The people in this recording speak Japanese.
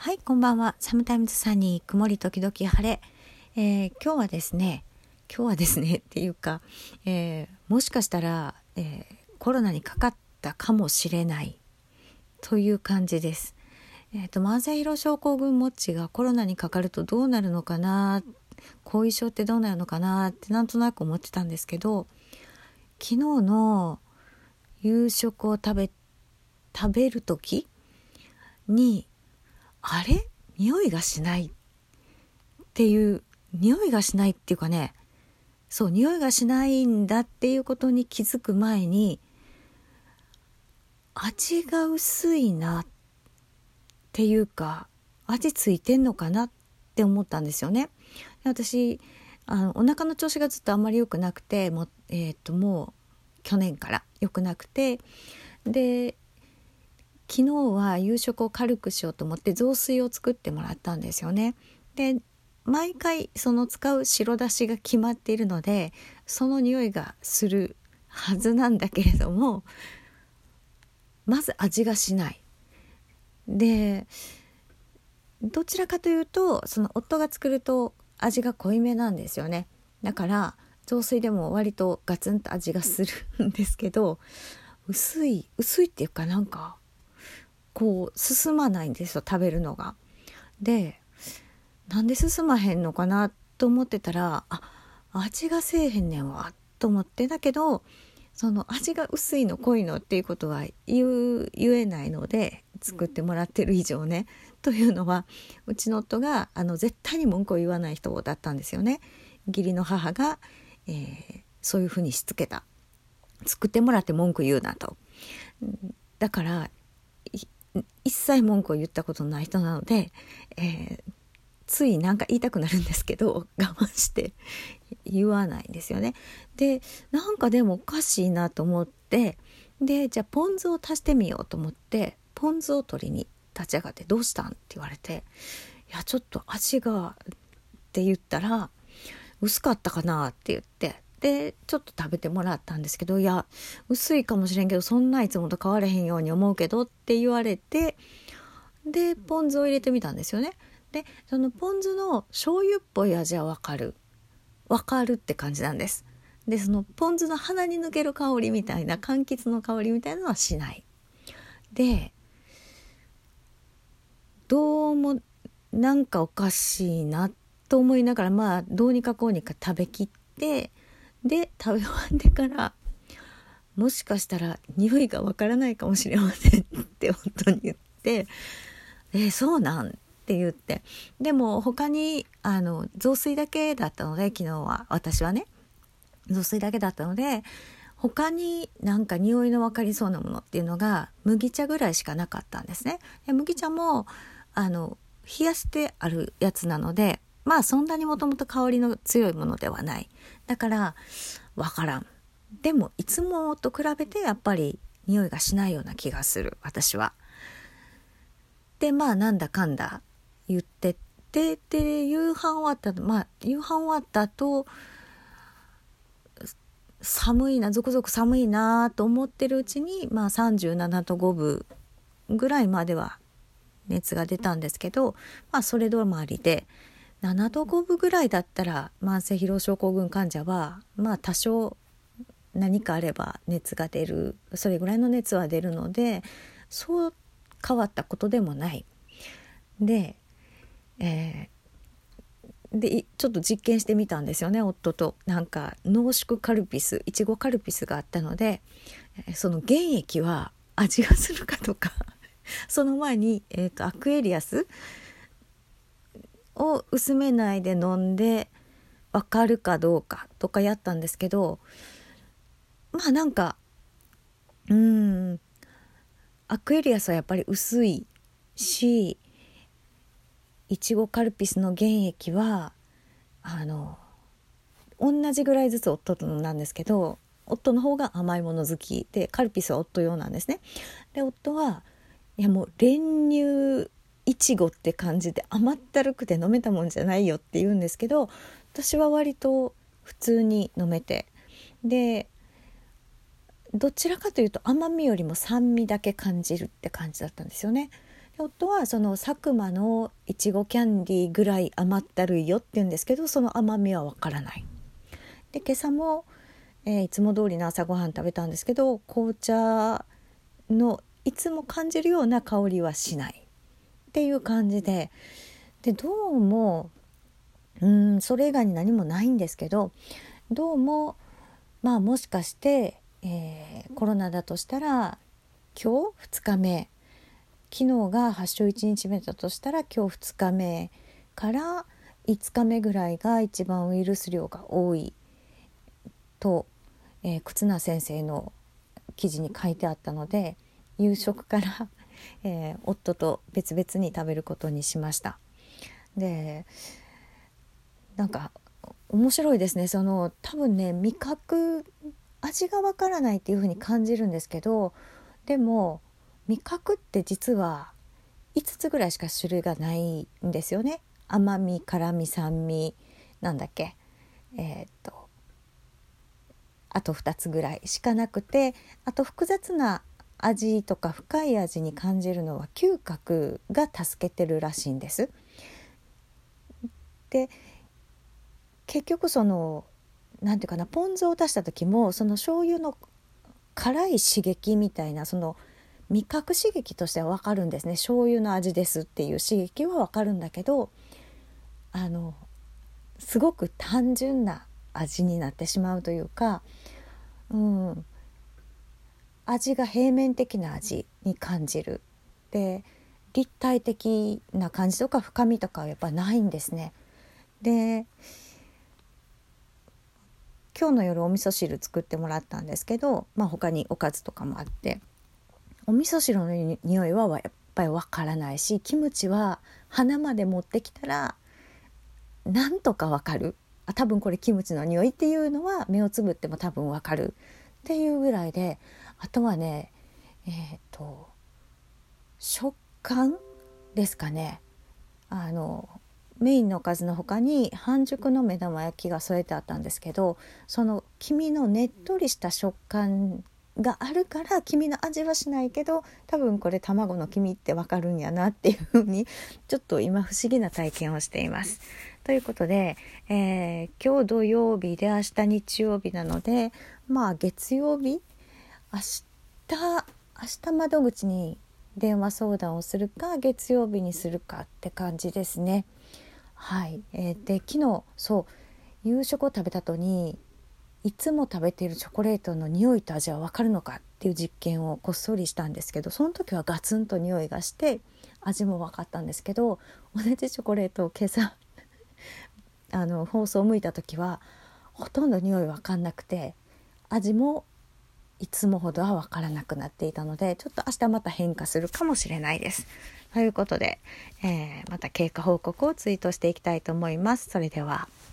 はい、こんばんは。サムタイムズサニー、曇り時々晴れ。今日はですねっていうか、もしかしたら、コロナにかかったかもしれないという感じです。慢性疲労症候群持ちがコロナにかかるとどうなるのかな、後遺症ってどうなるのかなってなんとなく思ってたんですけど、昨日の夕食を食べる時にあれ匂いがしないっていう匂いがしないっていうかね、そう匂いがしないんだっていうことに気づく前に、味が薄いなっていうか、味ついてんのかなって思ったんですよね。私お腹の調子がずっとあんまり良くなくて、もう去年から良くなくて、で昨日は夕食を軽くしようと思って雑炊を作ってもらったんですよね。で毎回その使う白だしが決まっているので、その匂いがするはずなんだけれども、まず味がしない。でどちらかというと、その夫が作ると味が濃いめなんですよね。だから雑炊でも割とガツンと味がするんですけど、薄いっていうか、なんかこう進まないんですよ、食べるのが。でなんで進まへんのかなと思ってたら、味がせえへんねんわと思って。だけどその味が薄いの濃いのっていうことは言えないので、作ってもらってる以上ね。というのは、うちの夫が絶対に文句を言わない人だったんですよね。義理の母が、そういうふうにしつけた。作ってもらって文句言うなと。だから一切文句を言ったことのない人なので、ついなんか言いたくなるんですけど、我慢して言わないんですよね。でなんかでもおかしいなと思って、でじゃあポン酢を足してみようと思ってポン酢を取りに立ち上がって、どうしたんって言われて、いやちょっと味がって言ったら、薄かったかなって言って、でちょっと食べてもらったんですけど、いや薄いかもしれんけど、そんないつもと変われへんように思うけどって言われて、でポン酢を入れてみたんですよね。でそのポン酢の醤油っぽい味はわかるって感じなんです。でそのポン酢の鼻に抜ける香りみたいな、柑橘の香りみたいなのはしない。でどうもなんかおかしいなと思いながら、どうにかこうにか食べきって、で食べ終わってから、もしかしたら匂いがわからないかもしれませんって夫に言って、そうなんって言って、でも他に雑炊だけだったので、昨日は私はね雑炊だけだったので、他になんか匂いの分かりそうなものっていうのが麦茶ぐらいしかなかったんですね。で麦茶も冷やしてあるやつなので、そんなにもともと香りの強いものではない。だから分からん。でもいつもと比べてやっぱり匂いがしないような気がする、私は。でなんだかんだ言ってて、で夕飯終わった後、寒いな、続々寒いなと思ってるうちに、37度5分ぐらいまでは熱が出たんですけど、それ止まりで、7度5分ぐらいだったら慢性疲労症候群患者は多少何かあれば熱が出る、それぐらいの熱は出るので、そう変わったことでもない。で、ちょっと実験してみたんですよね、夫と。なんか濃縮カルピス、いちごカルピスがあったので、その原液は味がするかとかその前に、アクエリアスを薄めないで飲んで分かるかどうかとかやったんですけど、なんかアクエリアスはやっぱり薄いし、いちごカルピスの原液は同じぐらいずつ夫となんですけど、夫の方が甘いもの好きで、カルピスは夫用なんですね。で夫はいやもう練乳いちごって感じで甘ったるくて飲めたもんじゃないよって言うんですけど、私は割と普通に飲めて、でどちらかというと甘みよりも酸味だけ感じるって感じだったんですよね。 夫はその佐久間のいちごキャンディーぐらい甘ったるいよって言うんですけど、その甘みはわからない。で今朝も、いつも通りの朝ごはん食べたんですけど、紅茶のいつも感じるような香りはしないっていう感じで、どうもそれ以外に何もないんですけど、どうももしかして、コロナだとしたら今日2日目、昨日が発症1日目だとしたら今日2日目から5日目ぐらいが一番ウイルス量が多いと、忽那先生の記事に書いてあったので、夕食から、夫と別々に食べることにしました。でなんか面白いですね。多分ね、味覚味がわからないっていう風に感じるんですけど、でも味覚って実は5つぐらいしか種類がないんですよね。甘み、辛み、酸味、なんだっけ、あと2つぐらいしかなくて、あと複雑な味とか深い味に感じるのは嗅覚が助けてるらしいんです。で結局なんていうかな、ポン酢を出した時もその醤油の辛い刺激みたいな、その味覚刺激としては分かるんですね。醤油の味ですっていう刺激は分かるんだけど、すごく単純な味になってしまうというか、味が平面的な味に感じる。で立体的な感じとか深みとかはやっぱないんですね。で今日の夜お味噌汁作ってもらったんですけど、他におかずとかもあって、お味噌汁の匂いはやっぱりわからないし、キムチは鼻まで持ってきたらなんとかわかる、多分これキムチの匂いっていうのは目をつぶっても多分わかるっていうぐらいで、あとはね食感ですかね。メインのおかずの他に半熟の目玉焼きが添えてあったんですけど、その黄身のねっとりした食感があるから黄身の味はしないけど、多分これ卵の黄身ってわかるんやなっていう風にちょっと今不思議な体験をしています。ということで、今日土曜日で明日日曜日なので、月曜日明日窓口に電話相談をするか月曜日にするかって感じですね。はい。で昨日夕食を食べた後にいつも食べているチョコレートの匂いと味は分かるのかっていう実験をこっそりしたんですけど、その時はガツンと匂いがして味も分かったんですけど、同じチョコレートを今朝放送を向いた時はほとんど匂い分かんなくて、味もいつもほどは分からなくなっていたので、ちょっと明日また変化するかもしれないです。ということで、また経過報告をツイートしていきたいと思います。それでは。